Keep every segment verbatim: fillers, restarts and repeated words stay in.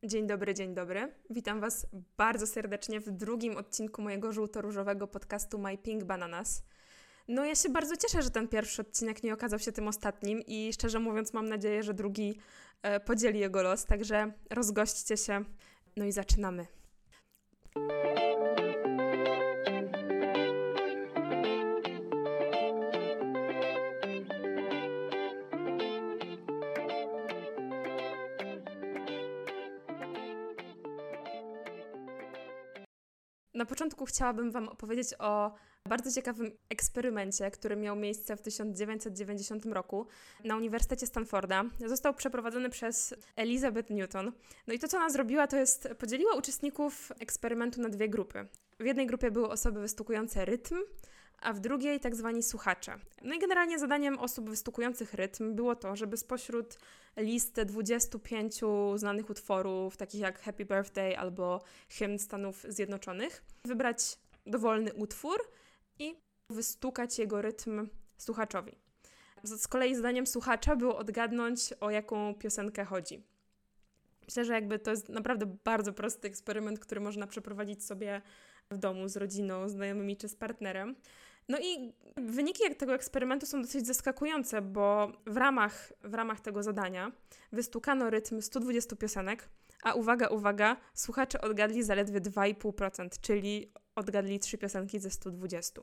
Dzień dobry, dzień dobry. Witam Was bardzo serdecznie w drugim odcinku mojego żółto-różowego podcastu My Pink Bananas. No ja się bardzo cieszę, że ten pierwszy odcinek nie okazał się tym ostatnim i szczerze mówiąc mam nadzieję, że drugi e, podzieli jego los, także rozgośćcie się. No i zaczynamy. Na początku chciałabym Wam opowiedzieć o bardzo ciekawym eksperymencie, który miał miejsce w tysiąc dziewięćset dziewięćdziesiątym roku na Uniwersytecie Stanforda. Został przeprowadzony przez Elizabeth Newton. No i to, co ona zrobiła, to jest podzieliła uczestników eksperymentu na dwie grupy. W jednej grupie były osoby wystukujące rytm, a w drugiej tak zwani słuchacze. No i generalnie zadaniem osób wystukujących rytm było to, żeby spośród listy dwudziestu pięciu znanych utworów, takich jak Happy Birthday albo Hymn Stanów Zjednoczonych, wybrać dowolny utwór i wystukać jego rytm słuchaczowi. Z kolei zadaniem słuchacza było odgadnąć, o jaką piosenkę chodzi. Myślę, że jakby to jest naprawdę bardzo prosty eksperyment, który można przeprowadzić sobie w domu z rodziną, znajomymi czy z partnerem. No i wyniki tego eksperymentu są dosyć zaskakujące, bo w ramach, w ramach tego zadania wystukano rytm stu dwudziestu piosenek, a uwaga, uwaga, słuchacze odgadli zaledwie dwa i pół procent, czyli odgadli trzy piosenki ze stu dwudziestu.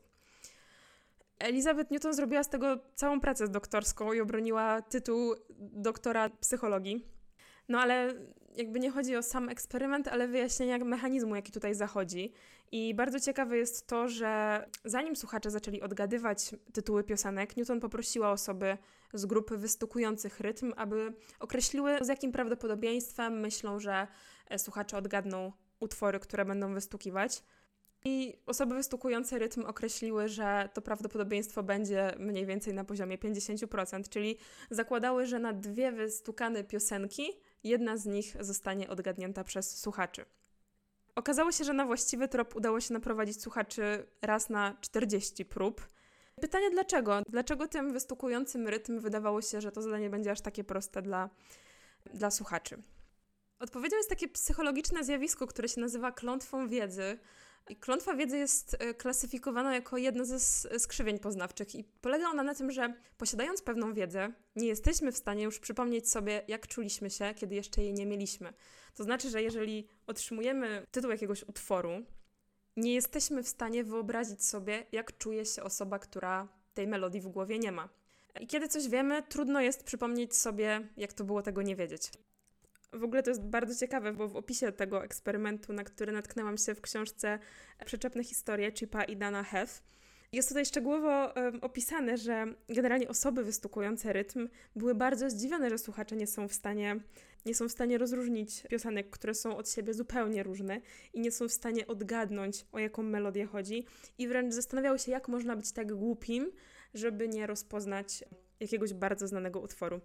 Elizabeth Newton zrobiła z tego całą pracę doktorską i obroniła tytuł doktora psychologii. No ale jakby nie chodzi o sam eksperyment, ale wyjaśnienia mechanizmu, jaki tutaj zachodzi. I bardzo ciekawe jest to, że zanim słuchacze zaczęli odgadywać tytuły piosenek, Newton poprosiła osoby z grupy wystukujących rytm, aby określiły, z jakim prawdopodobieństwem myślą, że słuchacze odgadną utwory, które będą wystukiwać. I osoby wystukujące rytm określiły, że to prawdopodobieństwo będzie mniej więcej na poziomie pięćdziesiąt procent, czyli zakładały, że na dwie wystukane piosenki jedna z nich zostanie odgadnięta przez słuchaczy. Okazało się, że na właściwy trop udało się naprowadzić słuchaczy raz na czterdzieści prób. Pytanie dlaczego? Dlaczego tym wystukującym rytm wydawało się, że to zadanie będzie aż takie proste dla, dla słuchaczy? Odpowiedzią jest takie psychologiczne zjawisko, które się nazywa klątwą wiedzy. I klątwa wiedzy jest klasyfikowana jako jedno ze skrzywień poznawczych i polega ona na tym, że posiadając pewną wiedzę, nie jesteśmy w stanie już przypomnieć sobie, jak czuliśmy się, kiedy jeszcze jej nie mieliśmy. To znaczy, że jeżeli otrzymujemy tytuł jakiegoś utworu, nie jesteśmy w stanie wyobrazić sobie, jak czuje się osoba, która tej melodii w głowie nie ma. I kiedy coś wiemy, trudno jest przypomnieć sobie, jak to było tego nie wiedzieć. W ogóle to jest bardzo ciekawe, bo w opisie tego eksperymentu, na który natknęłam się w książce Przyczepne historie Chipa i Dana Heath, jest tutaj szczegółowo um, opisane, że generalnie osoby wystukujące rytm były bardzo zdziwione, że słuchacze nie są w stanie, nie są w stanie rozróżnić piosenek, które są od siebie zupełnie różne i nie są w stanie odgadnąć, o jaką melodię chodzi i wręcz zastanawiały się, jak można być tak głupim, żeby nie rozpoznać jakiegoś bardzo znanego utworu.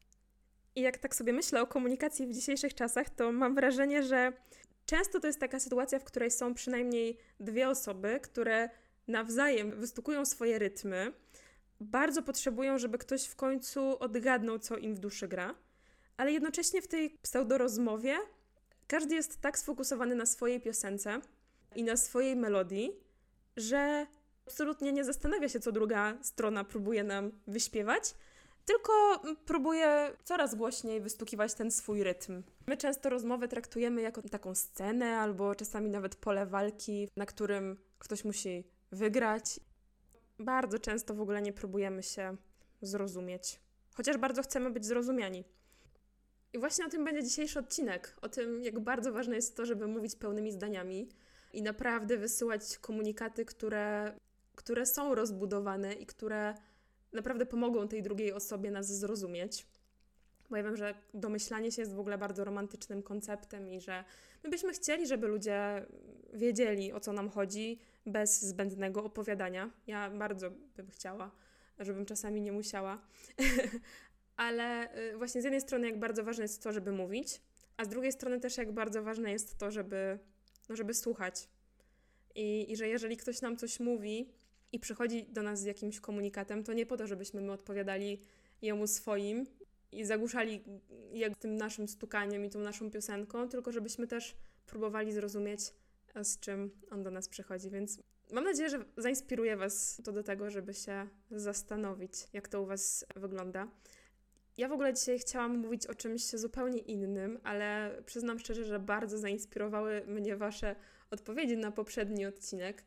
I jak tak sobie myślę o komunikacji w dzisiejszych czasach, to mam wrażenie, że często to jest taka sytuacja, w której są przynajmniej dwie osoby, które nawzajem wystukują swoje rytmy, bardzo potrzebują, żeby ktoś w końcu odgadnął, co im w duszy gra, ale jednocześnie w tej pseudorozmowie każdy jest tak sfokusowany na swojej piosence i na swojej melodii, że absolutnie nie zastanawia się, co druga strona próbuje nam wyśpiewać, tylko próbuję coraz głośniej wystukiwać ten swój rytm. My często rozmowę traktujemy jako taką scenę albo czasami nawet pole walki, na którym ktoś musi wygrać. Bardzo często w ogóle nie próbujemy się zrozumieć, chociaż bardzo chcemy być zrozumiani. I właśnie o tym będzie dzisiejszy odcinek, o tym, jak bardzo ważne jest to, żeby mówić pełnymi zdaniami i naprawdę wysyłać komunikaty, które, które są rozbudowane i które naprawdę pomogą tej drugiej osobie nas zrozumieć. Bo ja wiem, że domyślanie się jest w ogóle bardzo romantycznym konceptem i że my byśmy chcieli, żeby ludzie wiedzieli, o co nam chodzi, bez zbędnego opowiadania. Ja bardzo bym chciała, żebym czasami nie musiała. Ale właśnie z jednej strony jak bardzo ważne jest to, żeby mówić, a z drugiej strony też jak bardzo ważne jest to, żeby, no żeby słuchać. I, I że jeżeli ktoś nam coś mówi i przychodzi do nas z jakimś komunikatem, to nie po to, żebyśmy my odpowiadali jemu swoim, i zagłuszali je tym naszym stukaniem i tą naszą piosenką, tylko żebyśmy też próbowali zrozumieć, z czym on do nas przychodzi, więc mam nadzieję, że zainspiruje Was to do tego, żeby się zastanowić, jak to u Was wygląda. Ja w ogóle dzisiaj chciałam mówić o czymś zupełnie innym, ale przyznam szczerze, że bardzo zainspirowały mnie Wasze odpowiedzi na poprzedni odcinek.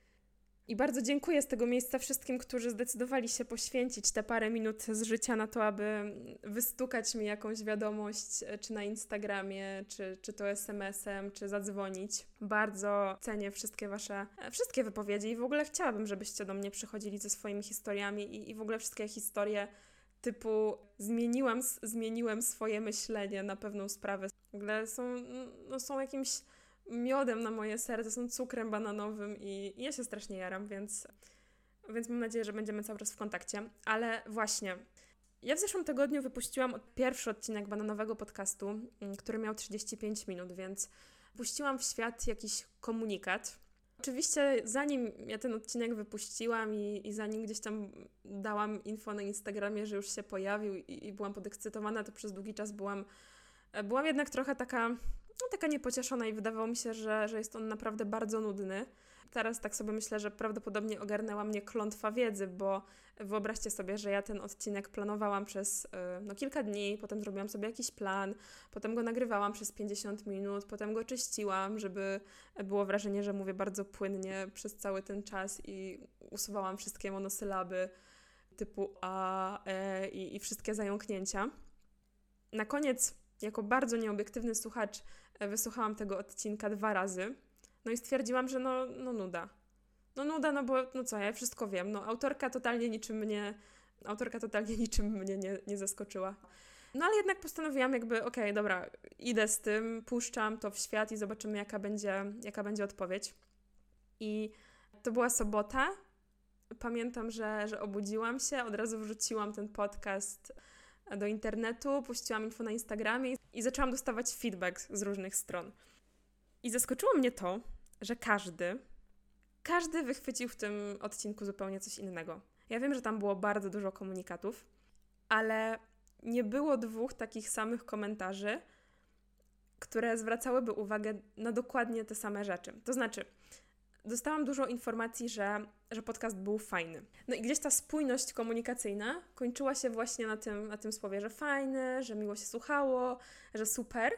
I bardzo dziękuję z tego miejsca wszystkim, którzy zdecydowali się poświęcić te parę minut z życia na to, aby wystukać mi jakąś wiadomość, czy na Instagramie, czy, czy to es em esem, czy zadzwonić. Bardzo cenię wszystkie wasze, wszystkie wypowiedzi i w ogóle chciałabym, żebyście do mnie przychodzili ze swoimi historiami i, i w ogóle wszystkie historie typu zmieniłam, zmieniłem swoje myślenie na pewną sprawę. W ogóle są, no, są jakimś miodem na moje serce, są cukrem bananowym i, i ja się strasznie jaram, więc, więc mam nadzieję, że będziemy cały czas w kontakcie. Ale właśnie, ja w zeszłym tygodniu wypuściłam pierwszy odcinek bananowego podcastu, który miał trzydzieści pięć minut, więc puściłam w świat jakiś komunikat. Oczywiście zanim ja ten odcinek wypuściłam i, i zanim gdzieś tam dałam info na Instagramie, że już się pojawił i, i byłam podekscytowana, to przez długi czas byłam, byłam jednak trochę taka, no, taka niepocieszona i wydawało mi się, że, że jest on naprawdę bardzo nudny. Teraz tak sobie myślę, że prawdopodobnie ogarnęła mnie klątwa wiedzy, bo wyobraźcie sobie, że ja ten odcinek planowałam przez no, kilka dni, potem zrobiłam sobie jakiś plan, potem go nagrywałam przez pięćdziesiąt minut, potem go czyściłam, żeby było wrażenie, że mówię bardzo płynnie przez cały ten czas i usuwałam wszystkie monosylaby typu a, e i, i wszystkie zająknięcia. Na koniec, jako bardzo nieobiektywny słuchacz, wysłuchałam tego odcinka dwa razy. No i stwierdziłam, że no, no nuda. No nuda, no bo no co, ja wszystko wiem. No autorka totalnie niczym mnie, autorka totalnie niczym mnie nie, nie zaskoczyła. No ale jednak postanowiłam jakby, okej, okay, dobra, idę z tym, puszczam to w świat i zobaczymy jaka będzie, jaka będzie odpowiedź. I to była sobota. Pamiętam, że, że obudziłam się, od razu wrzuciłam ten podcast do internetu, puściłam info na Instagramie i zaczęłam dostawać feedback z różnych stron. I zaskoczyło mnie to, że każdy, każdy wychwycił w tym odcinku zupełnie coś innego. Ja wiem, że tam było bardzo dużo komunikatów, ale nie było dwóch takich samych komentarzy, które zwracałyby uwagę na dokładnie te same rzeczy. To znaczy, dostałam dużo informacji, że, że podcast był fajny. No i gdzieś ta spójność komunikacyjna kończyła się właśnie na tym, na tym słowie, że fajny, że miło się słuchało, że super.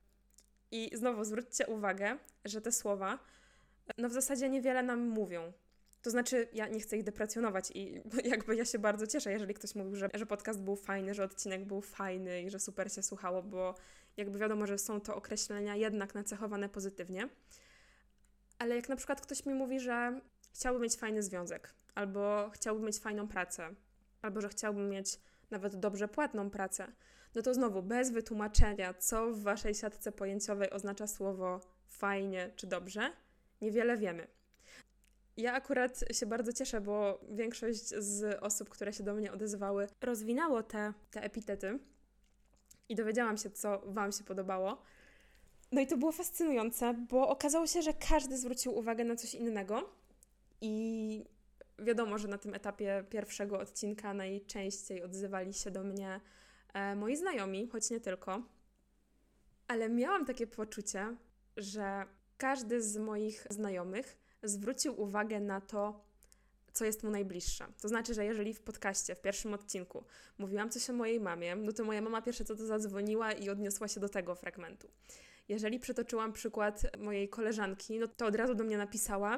I znowu zwróćcie uwagę, że te słowa no w zasadzie niewiele nam mówią. To znaczy, ja nie chcę ich deprecjonować i jakby ja się bardzo cieszę, jeżeli ktoś mówił, że, że podcast był fajny, że odcinek był fajny i że super się słuchało, bo jakby wiadomo, że są to określenia jednak nacechowane pozytywnie. Ale jak na przykład ktoś mi mówi, że chciałby mieć fajny związek, albo chciałby mieć fajną pracę, albo że chciałby mieć nawet dobrze płatną pracę, no to znowu bez wytłumaczenia, co w waszej siatce pojęciowej oznacza słowo fajnie czy dobrze, niewiele wiemy. Ja akurat się bardzo cieszę, bo większość z osób, które się do mnie odezwały, rozwinęło te, te epitety i dowiedziałam się, co wam się podobało. No i to było fascynujące, bo okazało się, że każdy zwrócił uwagę na coś innego i wiadomo, że na tym etapie pierwszego odcinka najczęściej odzywali się do mnie e, moi znajomi, choć nie tylko. Ale miałam takie poczucie, że każdy z moich znajomych zwrócił uwagę na to, co jest mu najbliższe. To znaczy, że jeżeli w podcaście, w pierwszym odcinku mówiłam coś o mojej mamie, no to moja mama pierwsze co to zadzwoniła i odniosła się do tego fragmentu. Jeżeli przytoczyłam przykład mojej koleżanki, no to od razu do mnie napisała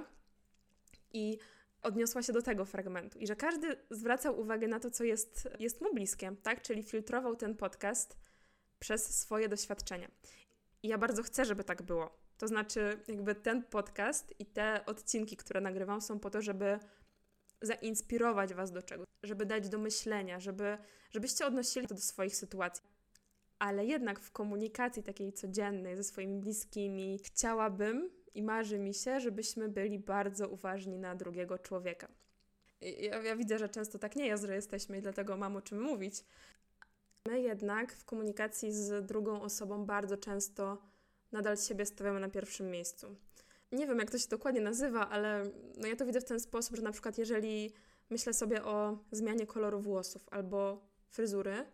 i odniosła się do tego fragmentu. I że każdy zwracał uwagę na to, co jest, jest mu bliskie, tak? Czyli filtrował ten podcast przez swoje doświadczenia. I ja bardzo chcę, żeby tak było. To znaczy, jakby ten podcast i te odcinki, które nagrywam, są po to, żeby zainspirować was do czegoś, żeby dać do myślenia, żeby, żebyście odnosili to do swoich sytuacji. Ale jednak w komunikacji takiej codziennej ze swoimi bliskimi chciałabym i marzy mi się, żebyśmy byli bardzo uważni na drugiego człowieka. Ja, ja widzę, że często tak nie jest, że jesteśmy i dlatego mam o czym mówić. My jednak w komunikacji z drugą osobą bardzo często nadal siebie stawiamy na pierwszym miejscu. Nie wiem, jak to się dokładnie nazywa, ale no ja to widzę w ten sposób, że na przykład jeżeli myślę sobie o zmianie koloru włosów albo fryzury,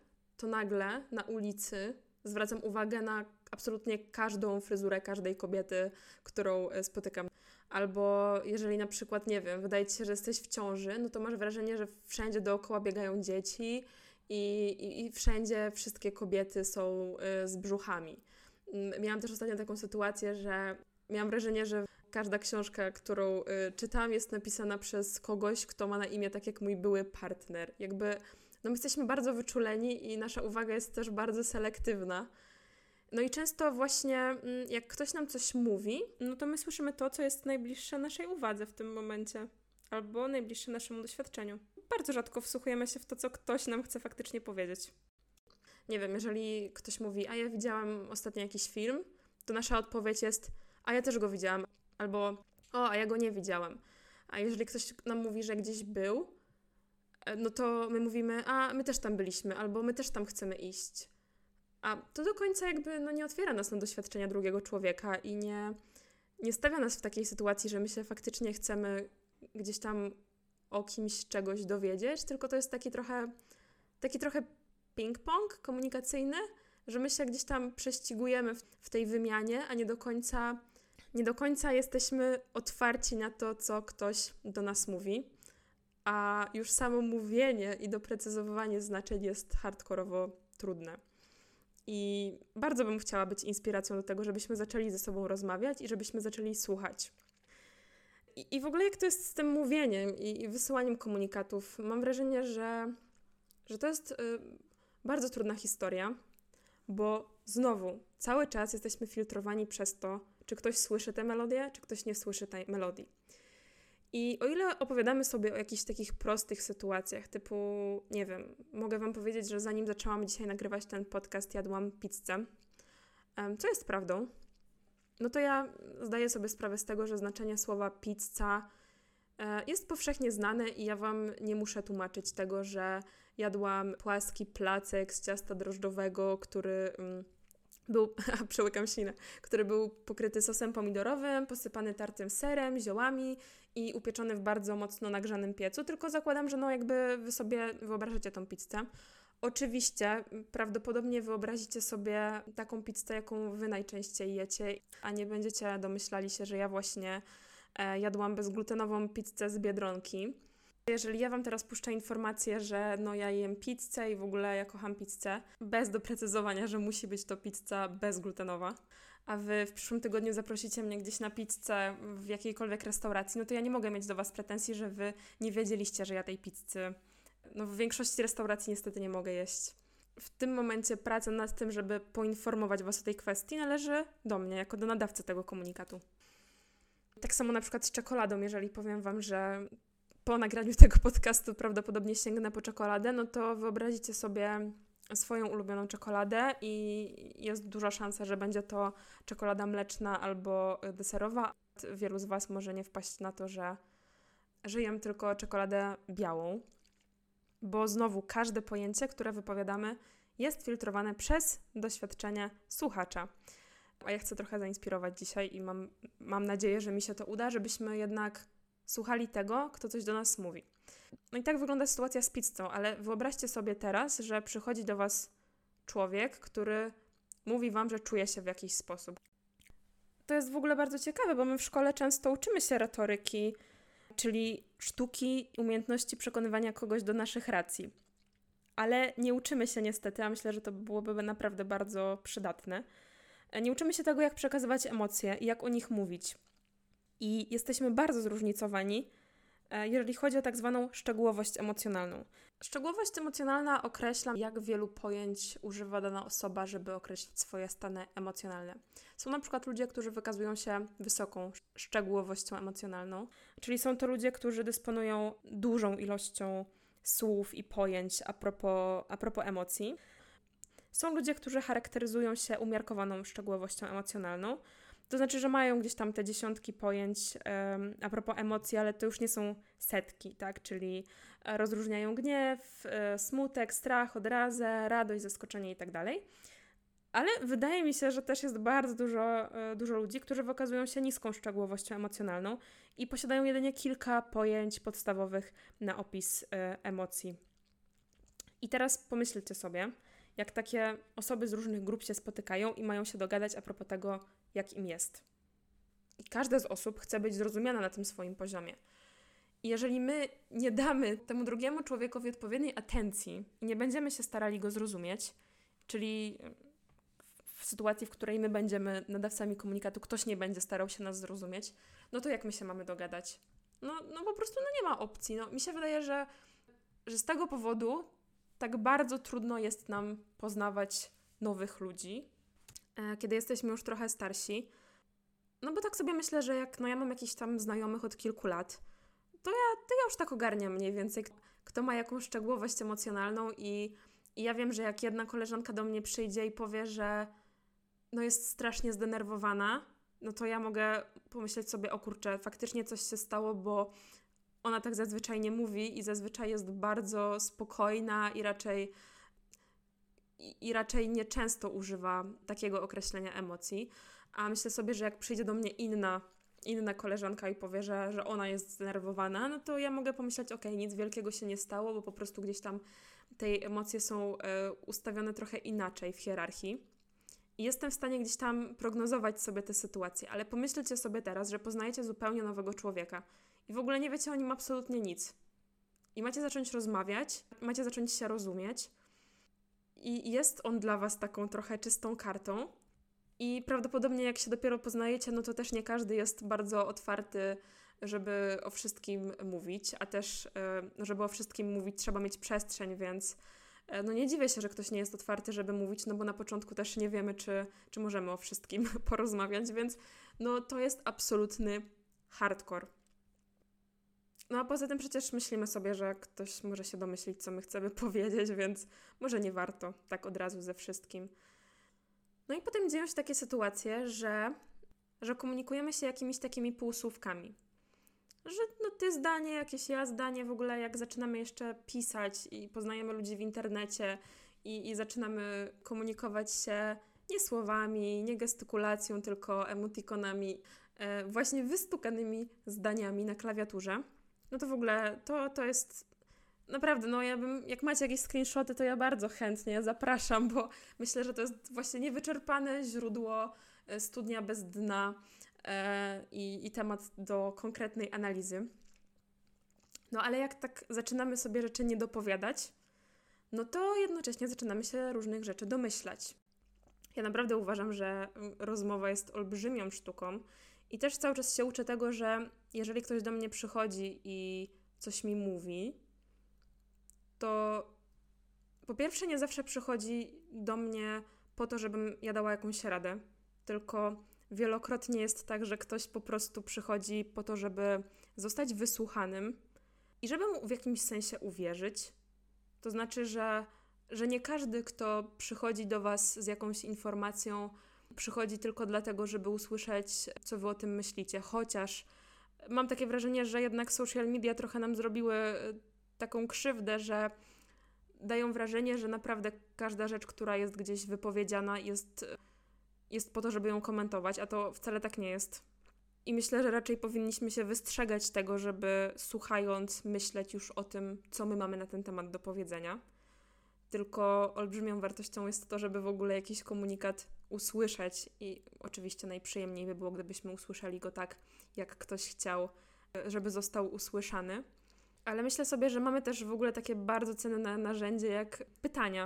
to nagle na ulicy zwracam uwagę na absolutnie każdą fryzurę każdej kobiety, którą spotykam. Albo jeżeli na przykład, nie wiem, wydaje ci się, że jesteś w ciąży, no to masz wrażenie, że wszędzie dookoła biegają dzieci i, i, i wszędzie wszystkie kobiety są y, z brzuchami. Miałam też ostatnio taką sytuację, że miałam wrażenie, że każda książka, którą y, czytam, jest napisana przez kogoś, kto ma na imię tak jak mój były partner. Jakby, no my jesteśmy bardzo wyczuleni i nasza uwaga jest też bardzo selektywna. No i często właśnie jak ktoś nam coś mówi, no to my słyszymy to, co jest najbliższe naszej uwadze w tym momencie, albo najbliższe naszemu doświadczeniu. Bardzo rzadko wsłuchujemy się w to, co ktoś nam chce faktycznie powiedzieć. Nie wiem, jeżeli ktoś mówi, a ja widziałam ostatnio jakiś film, to nasza odpowiedź jest, a ja też go widziałam, albo o, a ja go nie widziałam. A jeżeli ktoś nam mówi, że gdzieś był, no to my mówimy, a my też tam byliśmy, albo my też tam chcemy iść. A to do końca jakby no, nie otwiera nas na doświadczenia drugiego człowieka i nie, nie stawia nas w takiej sytuacji, że my się faktycznie chcemy gdzieś tam o kimś czegoś dowiedzieć, tylko to jest taki trochę, taki trochę ping-pong komunikacyjny, że my się gdzieś tam prześcigujemy w, w tej wymianie, a nie do końca, nie do końca jesteśmy otwarci na to, co ktoś do nas mówi. A już samo mówienie i doprecyzowywanie znaczeń jest hardkorowo trudne. I bardzo bym chciała być inspiracją do tego, żebyśmy zaczęli ze sobą rozmawiać i żebyśmy zaczęli słuchać. I, i w ogóle jak to jest z tym mówieniem i, i wysyłaniem komunikatów? Mam wrażenie, że, że to jest y, bardzo trudna historia, bo znowu cały czas jesteśmy filtrowani przez to, czy ktoś słyszy tę melodię, czy ktoś nie słyszy tej melodii. I o ile opowiadamy sobie o jakichś takich prostych sytuacjach, typu, nie wiem, mogę wam powiedzieć, że zanim zaczęłam dzisiaj nagrywać ten podcast, jadłam pizzę, co jest prawdą, no to ja zdaję sobie sprawę z tego, że znaczenie słowa pizza jest powszechnie znane i ja wam nie muszę tłumaczyć tego, że jadłam płaski placek z ciasta drożdżowego, który był, a przełykam ślinę, który był pokryty sosem pomidorowym, posypany tartym serem, ziołami i upieczony w bardzo mocno nagrzanym piecu, tylko zakładam, że no jakby wy sobie wyobrażacie tą pizzę. Oczywiście prawdopodobnie wyobrazicie sobie taką pizzę, jaką wy najczęściej jecie, a nie będziecie domyślali się, że ja właśnie e, jadłam bezglutenową pizzę z Biedronki. Jeżeli ja wam teraz puszczę informację, że no ja jem pizzę i w ogóle ja kocham pizzę, bez doprecyzowania, że musi być to pizza bezglutenowa, a wy w przyszłym tygodniu zaprosicie mnie gdzieś na pizzę w jakiejkolwiek restauracji, no to ja nie mogę mieć do was pretensji, że wy nie wiedzieliście, że ja tej pizzy, no w większości restauracji niestety nie mogę jeść. W tym momencie praca nad tym, żeby poinformować was o tej kwestii, należy do mnie, jako do nadawcy tego komunikatu. Tak samo na przykład z czekoladą, jeżeli powiem wam, że po nagraniu tego podcastu prawdopodobnie sięgnę po czekoladę, no to wyobrazicie sobie swoją ulubioną czekoladę i jest duża szansa, że będzie to czekolada mleczna albo deserowa. Wielu z was może nie wpaść na to, że, że jem tylko czekoladę białą, bo znowu każde pojęcie, które wypowiadamy, jest filtrowane przez doświadczenie słuchacza. A ja chcę trochę zainspirować dzisiaj i mam, mam nadzieję, że mi się to uda, żebyśmy jednak słuchali tego, kto coś do nas mówi. No i tak wygląda sytuacja z pizzą, ale wyobraźcie sobie teraz, że przychodzi do was człowiek, który mówi wam, że czuje się w jakiś sposób. To jest w ogóle bardzo ciekawe, bo my w szkole często uczymy się retoryki, czyli sztuki, umiejętności przekonywania kogoś do naszych racji. Ale nie uczymy się niestety, a myślę, że to byłoby naprawdę bardzo przydatne. Nie uczymy się tego, jak przekazywać emocje i jak o nich mówić. I jesteśmy bardzo zróżnicowani, jeżeli chodzi o tak zwaną szczegółowość emocjonalną. Szczegółowość emocjonalna określa, jak wielu pojęć używa dana osoba, żeby określić swoje stany emocjonalne. Są na przykład ludzie, którzy wykazują się wysoką szczegółowością emocjonalną, czyli są to ludzie, którzy dysponują dużą ilością słów i pojęć a propos, a propos emocji. Są ludzie, którzy charakteryzują się umiarkowaną szczegółowością emocjonalną. To znaczy, że mają gdzieś tam te dziesiątki pojęć um, a propos emocji, ale to już nie są setki, tak? Czyli rozróżniają gniew, e, smutek, strach, odrazę, radość, zaskoczenie i tak dalej. Ale wydaje mi się, że też jest bardzo dużo, e, dużo ludzi, którzy wykazują się niską szczegółowością emocjonalną i posiadają jedynie kilka pojęć podstawowych na opis e, emocji. I teraz pomyślcie sobie, jak takie osoby z różnych grup się spotykają i mają się dogadać a propos tego, jak im jest. I każda z osób chce być zrozumiana na tym swoim poziomie. I jeżeli my nie damy temu drugiemu człowiekowi odpowiedniej atencji i nie będziemy się starali go zrozumieć, czyli w sytuacji, w której my będziemy nadawcami komunikatu, ktoś nie będzie starał się nas zrozumieć, no to jak my się mamy dogadać? No, no po prostu no nie ma opcji. No, mi się wydaje, że, że z tego powodu tak bardzo trudno jest nam poznawać nowych ludzi, e, kiedy jesteśmy już trochę starsi. No bo tak sobie myślę, że jak no ja mam jakichś tam znajomych od kilku lat, to ja, to ja już tak ogarniam mniej więcej, kto ma jakąś szczegółowość emocjonalną i, i ja wiem, że jak jedna koleżanka do mnie przyjdzie i powie, że no jest strasznie zdenerwowana, no to ja mogę pomyśleć sobie, o kurczę, faktycznie coś się stało, bo ona tak zazwyczaj nie mówi i zazwyczaj jest bardzo spokojna i raczej, i, i raczej nieczęsto używa takiego określenia emocji. A myślę sobie, że jak przyjdzie do mnie inna, inna koleżanka i powie, że, że ona jest zdenerwowana, no to ja mogę pomyśleć, okej, nic wielkiego się nie stało, bo po prostu gdzieś tam te emocje są e, ustawione trochę inaczej w hierarchii. I jestem w stanie gdzieś tam prognozować sobie te sytuacje, ale pomyślcie sobie teraz, że poznajecie zupełnie nowego człowieka i w ogóle nie wiecie o nim absolutnie nic. I macie zacząć rozmawiać, macie zacząć się rozumieć i jest on dla was taką trochę czystą kartą. I prawdopodobnie jak się dopiero poznajecie, no to też nie każdy jest bardzo otwarty, żeby o wszystkim mówić, a też żeby o wszystkim mówić trzeba mieć przestrzeń, więc no nie dziwię się, że ktoś nie jest otwarty, żeby mówić, no bo na początku też nie wiemy, czy, czy możemy o wszystkim porozmawiać, więc no to jest absolutny hardcore. No a poza tym przecież myślimy sobie, że ktoś może się domyślić, co my chcemy powiedzieć, więc może nie warto tak od razu ze wszystkim. No i potem dzieją się takie sytuacje, że, że komunikujemy się jakimiś takimi półsłówkami. Że no ty zdanie, jakieś ja zdanie, w ogóle jak zaczynamy jeszcze pisać i poznajemy ludzi w internecie i, i zaczynamy komunikować się nie słowami, nie gestykulacją, tylko emotikonami, e, właśnie wystukanymi zdaniami na klawiaturze, no to w ogóle to, to jest... Naprawdę, no ja bym, jak macie jakieś screenshoty, to ja bardzo chętnie zapraszam, bo myślę, że to jest właśnie niewyczerpane źródło, studnia bez dna e, i, i temat do konkretnej analizy. No ale jak tak zaczynamy sobie rzeczy nie dopowiadać, no to jednocześnie zaczynamy się różnych rzeczy domyślać. Ja naprawdę uważam, że rozmowa jest olbrzymią sztuką i też cały czas się uczę tego, że jeżeli ktoś do mnie przychodzi i coś mi mówi, to po pierwsze nie zawsze przychodzi do mnie po to, żebym ja dała jakąś radę, tylko wielokrotnie jest tak, że ktoś po prostu przychodzi po to, żeby zostać wysłuchanym i żeby mu w jakimś sensie uwierzyć. To znaczy, że, że nie każdy, kto przychodzi do was z jakąś informacją, przychodzi tylko dlatego, żeby usłyszeć, co wy o tym myślicie, chociaż mam takie wrażenie, że jednak social media trochę nam zrobiły taką krzywdę, że dają wrażenie, że naprawdę każda rzecz, która jest gdzieś wypowiedziana, jest, jest po to, żeby ją komentować, a to wcale tak nie jest. I myślę, że raczej powinniśmy się wystrzegać tego, żeby słuchając myśleć już o tym, co my mamy na ten temat do powiedzenia. Tylko olbrzymią wartością jest to, żeby w ogóle jakiś komunikat usłyszeć i oczywiście najprzyjemniej by było, gdybyśmy usłyszeli go tak, jak ktoś chciał, żeby został usłyszany. Ale myślę sobie, że mamy też w ogóle takie bardzo cenne narzędzie jak pytania.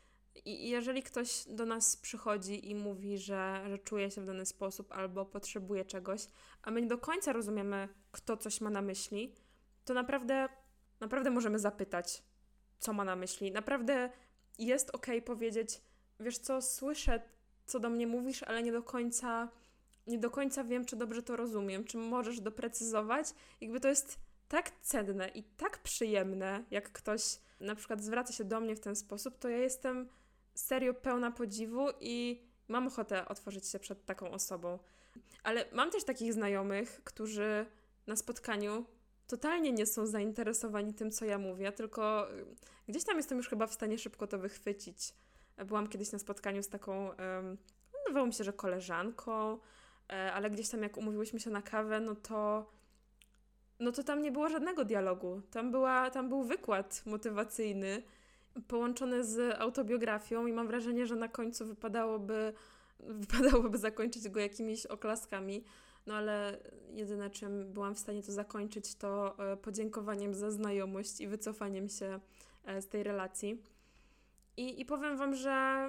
I jeżeli ktoś do nas przychodzi i mówi, że, że czuje się w dany sposób albo potrzebuje czegoś, a my nie do końca rozumiemy, kto coś ma na myśli, to naprawdę, naprawdę możemy zapytać, co ma na myśli. Naprawdę jest okej powiedzieć, wiesz co, słyszę, co do mnie mówisz, ale nie do końca, nie do końca wiem, czy dobrze to rozumiem. Czy możesz doprecyzować? Jakby to jest tak cenne i tak przyjemne, jak ktoś na przykład zwraca się do mnie w ten sposób, to ja jestem serio pełna podziwu i mam ochotę otworzyć się przed taką osobą. Ale mam też takich znajomych, którzy na spotkaniu totalnie nie są zainteresowani tym, co ja mówię, tylko gdzieś tam jestem już chyba w stanie szybko to wychwycić. Byłam kiedyś na spotkaniu z taką, um, wydawało mi się, że koleżanką, ale gdzieś tam jak umówiłyśmy się na kawę, no to no to tam nie było żadnego dialogu. Tam, była, tam był wykład motywacyjny połączony z autobiografią i mam wrażenie, że na końcu wypadałoby, wypadałoby zakończyć go jakimiś oklaskami. No ale jedyne, czym byłam w stanie to zakończyć, to podziękowaniem za znajomość i wycofaniem się z tej relacji. I, i powiem Wam, że,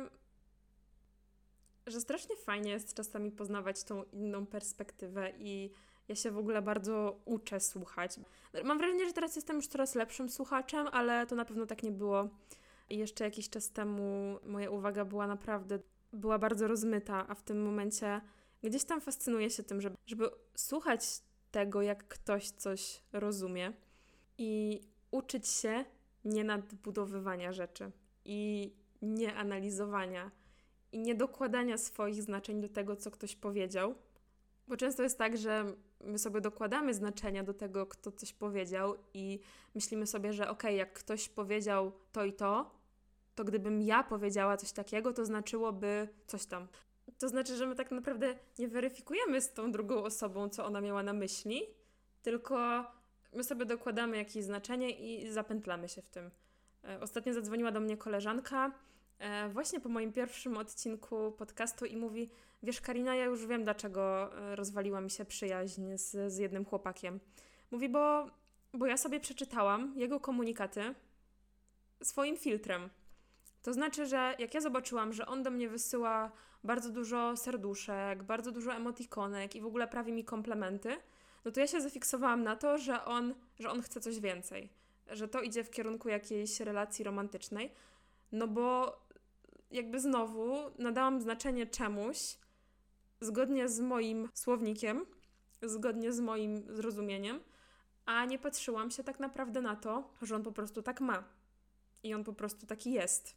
że strasznie fajnie jest czasami poznawać tą inną perspektywę i ja się w ogóle bardzo uczę słuchać. Mam wrażenie, że teraz jestem już coraz lepszym słuchaczem, ale to na pewno tak nie było. I jeszcze jakiś czas temu moja uwaga była naprawdę, była bardzo rozmyta, a w tym momencie gdzieś tam fascynuję się tym, żeby, żeby słuchać tego, jak ktoś coś rozumie i uczyć się nie nadbudowywania rzeczy i nie analizowania i nie dokładania swoich znaczeń do tego, co ktoś powiedział. Bo często jest tak, że my sobie dokładamy znaczenia do tego, kto coś powiedział i myślimy sobie, że okej, jak ktoś powiedział to i to, to gdybym ja powiedziała coś takiego, to znaczyłoby coś tam. To znaczy, że my tak naprawdę nie weryfikujemy z tą drugą osobą, co ona miała na myśli, tylko my sobie dokładamy jakieś znaczenie i zapętlamy się w tym. Ostatnio zadzwoniła do mnie koleżanka właśnie po moim pierwszym odcinku podcastu i mówi: wiesz, Karina, ja już wiem, dlaczego rozwaliła mi się przyjaźń z, z jednym chłopakiem. Mówi, bo, bo ja sobie przeczytałam jego komunikaty swoim filtrem. To znaczy, że jak ja zobaczyłam, że on do mnie wysyła bardzo dużo serduszek, bardzo dużo emotikonek i w ogóle prawi mi komplementy, no to ja się zafiksowałam na to, że on, że on chce coś więcej. Że to idzie w kierunku jakiejś relacji romantycznej. No bo jakby znowu nadałam znaczenie czemuś zgodnie z moim słownikiem, zgodnie z moim zrozumieniem, a nie patrzyłam się tak naprawdę na to, że on po prostu tak ma. I on po prostu taki jest.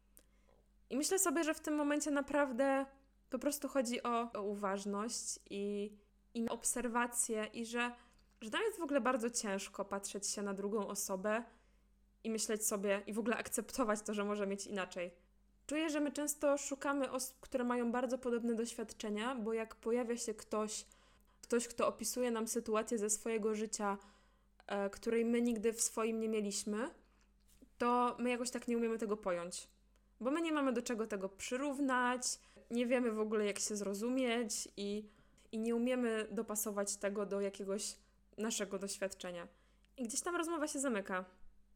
I myślę sobie, że w tym momencie naprawdę po prostu chodzi o, o uważność i, i na obserwację i że, że tam jest w ogóle bardzo ciężko patrzeć się na drugą osobę i myśleć sobie i w ogóle akceptować to, że może mieć inaczej. Czuję, że my często szukamy osób, które mają bardzo podobne doświadczenia, bo jak pojawia się ktoś, ktoś, kto opisuje nam sytuację ze swojego życia, e, której my nigdy w swoim nie mieliśmy, to my jakoś tak nie umiemy tego pojąć. Bo my nie mamy do czego tego przyrównać, nie wiemy w ogóle, jak się zrozumieć i, i nie umiemy dopasować tego do jakiegoś naszego doświadczenia. I gdzieś tam rozmowa się zamyka.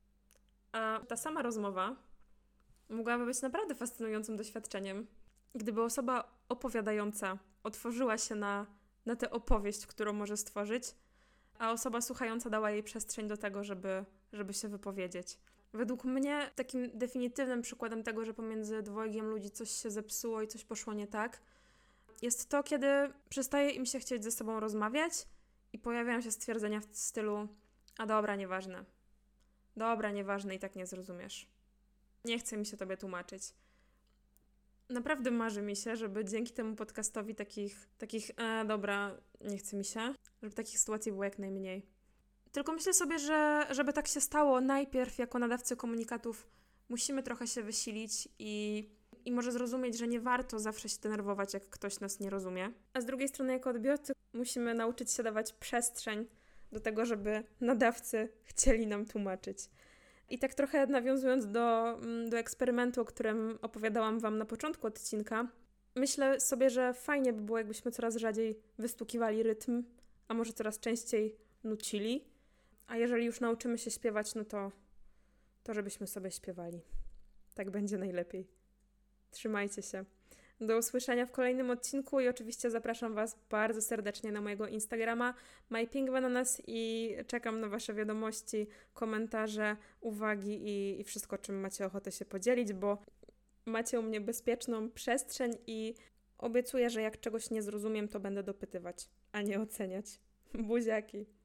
A ta sama rozmowa mogłaby być naprawdę fascynującym doświadczeniem, gdyby osoba opowiadająca otworzyła się na, na tę opowieść, którą może stworzyć, a osoba słuchająca dała jej przestrzeń do tego, żeby, żeby się wypowiedzieć. Według mnie takim definitywnym przykładem tego, że pomiędzy dwojgiem ludzi coś się zepsuło i coś poszło nie tak, jest to, kiedy przestaje im się chcieć ze sobą rozmawiać i pojawiają się stwierdzenia w stylu: a dobra, nieważne. Dobra, nieważne, i tak nie zrozumiesz. Nie chce mi się tobie tłumaczyć. Naprawdę marzy mi się, żeby dzięki temu podcastowi takich, takich e, dobra, nie chce mi się, żeby takich sytuacji było jak najmniej. Tylko myślę sobie, że żeby tak się stało, najpierw jako nadawcy komunikatów musimy trochę się wysilić i, i może zrozumieć, że nie warto zawsze się denerwować, jak ktoś nas nie rozumie. A z drugiej strony jako odbiorcy musimy nauczyć się dawać przestrzeń do tego, żeby nadawcy chcieli nam tłumaczyć. I tak trochę nawiązując do, do eksperymentu, o którym opowiadałam Wam na początku odcinka, myślę sobie, że fajnie by było, jakbyśmy coraz rzadziej wystukiwali rytm, a może coraz częściej nucili. A jeżeli już nauczymy się śpiewać, no to, to żebyśmy sobie śpiewali. Tak będzie najlepiej. Trzymajcie się. Do usłyszenia w kolejnym odcinku i oczywiście zapraszam Was bardzo serdecznie na mojego Instagrama mypinkbananas i czekam na Wasze wiadomości, komentarze, uwagi i, i wszystko, czym macie ochotę się podzielić, bo macie u mnie bezpieczną przestrzeń i obiecuję, że jak czegoś nie zrozumiem, to będę dopytywać, a nie oceniać. Buziaki.